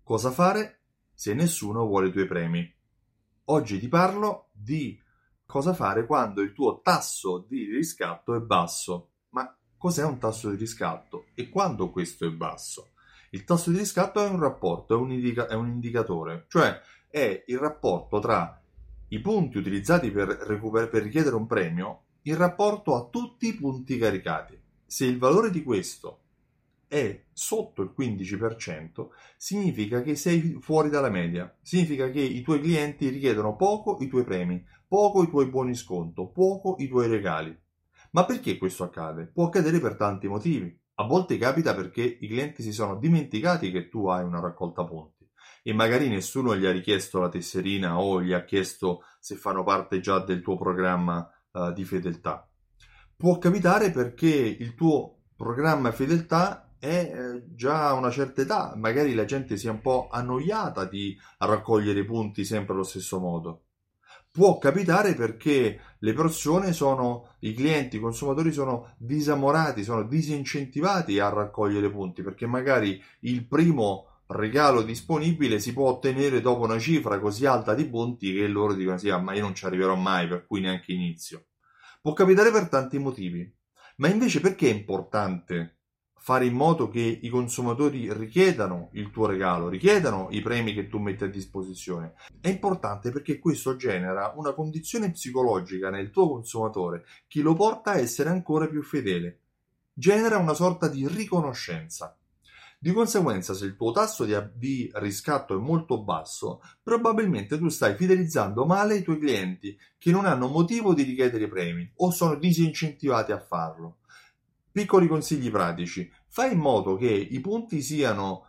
Cosa fare se nessuno vuole i tuoi premi? Oggi ti parlo di cosa fare quando il tuo tasso di riscatto è basso. Ma cos'è un tasso di riscatto e quando questo è basso? Il tasso di riscatto è un rapporto, è un indicatore, cioè è il rapporto tra i punti utilizzati per richiedere un premio in rapporto a tutti i punti caricati. Se il valore di questo è sotto il 15%, significa che sei fuori dalla media, significa che i tuoi clienti richiedono poco i tuoi premi, poco i tuoi buoni sconto, poco i tuoi regali. Ma perché questo accade? Può accadere per tanti motivi. A volte capita perché i clienti si sono dimenticati che tu hai una raccolta punti e magari nessuno gli ha richiesto la tesserina o gli ha chiesto se fanno parte già del tuo programma di fedeltà. Può capitare perché il tuo programma fedeltà è già a una certa età, magari la gente si è un po' annoiata di raccogliere punti sempre allo stesso modo. Può capitare perché le persone i clienti, i consumatori sono disamorati, sono disincentivati a raccogliere punti, perché magari il primo regalo disponibile si può ottenere dopo una cifra così alta di punti che loro dicono sì, ma io non ci arriverò mai, per cui neanche inizio. Può capitare per tanti motivi, ma invece perché è importante fare in modo che i consumatori richiedano il tuo regalo, richiedano i premi che tu metti a disposizione? È importante perché questo genera una condizione psicologica nel tuo consumatore che lo porta a essere ancora più fedele, genera una sorta di riconoscenza. Di conseguenza, se il tuo tasso di riscatto è molto basso, probabilmente tu stai fidelizzando male i tuoi clienti che non hanno motivo di richiedere i premi o sono disincentivati a farlo. Piccoli consigli pratici: fai in modo che i punti siano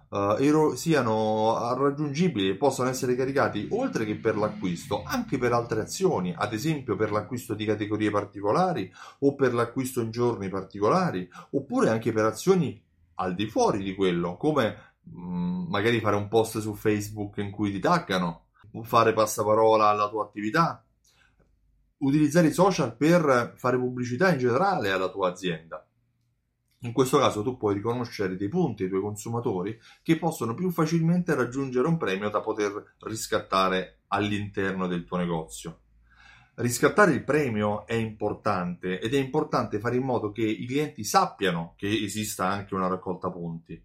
raggiungibili e possano essere caricati oltre che per l'acquisto, anche per altre azioni, ad esempio per l'acquisto di categorie particolari o per l'acquisto in giorni particolari, oppure anche per azioni al di fuori di quello, come magari fare un post su Facebook in cui ti taggano, fare passaparola alla tua attività, utilizzare i social per fare pubblicità in generale alla tua azienda. In questo caso tu puoi riconoscere dei punti ai tuoi consumatori che possono più facilmente raggiungere un premio da poter riscattare all'interno del tuo negozio. Riscattare il premio è importante ed è importante fare in modo che i clienti sappiano che esista anche una raccolta punti.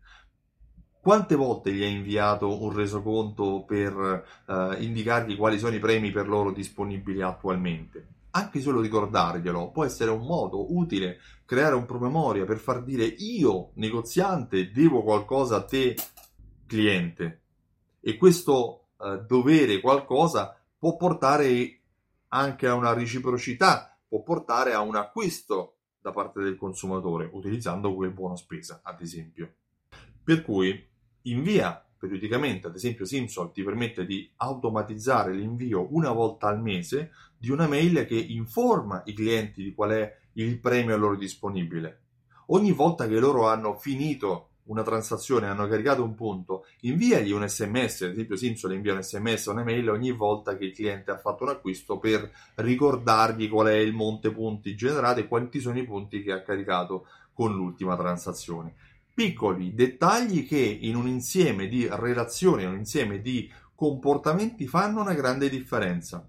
Quante volte gli hai inviato un resoconto per indicargli quali sono i premi per loro disponibili attualmente? Anche solo ricordarglielo può essere un modo utile, creare un promemoria per far dire: io, negoziante, devo qualcosa a te, cliente. E questo dovere qualcosa può portare anche a una reciprocità, può portare a un acquisto da parte del consumatore, utilizzando quel buono spesa, ad esempio. Per cui invia periodicamente, ad esempio Simsol ti permette di automatizzare l'invio una volta al mese di una mail che informa i clienti di qual è il premio a loro disponibile. Ogni volta che loro hanno finito una transazione, hanno caricato un punto, inviagli un SMS, ad esempio Simsol invia un SMS o una mail ogni volta che il cliente ha fatto un acquisto per ricordargli qual è il monte punti generato e quanti sono i punti che ha caricato con l'ultima transazione. Piccoli dettagli che in un insieme di relazioni, in un insieme di comportamenti fanno una grande differenza.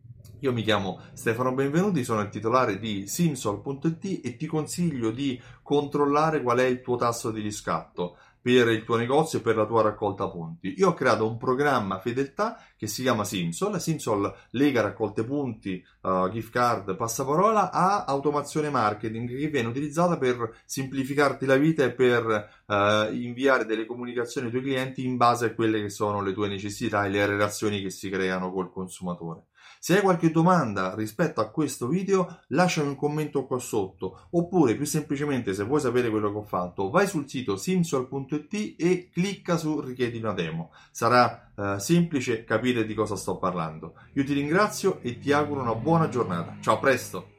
Io mi chiamo Stefano Benvenuti, sono il titolare di Simsol.it e ti consiglio di controllare qual è il tuo tasso di riscatto per il tuo negozio e per la tua raccolta punti. Io ho creato un programma fedeltà che si chiama Simsol. Simsol lega raccolte punti, gift card, passaparola a automazione marketing che viene utilizzata per semplificarti la vita e per inviare delle comunicazioni ai tuoi clienti in base a quelle che sono le tue necessità e le relazioni che si creano col consumatore. Se hai qualche domanda rispetto a questo video, lasciami un commento qua sotto, oppure più semplicemente, se vuoi sapere quello che ho fatto, vai sul sito simsol.it e clicca su richiedi una demo. Sarà semplice capire di cosa sto parlando. Io ti ringrazio e ti auguro una buona giornata. Ciao, a presto!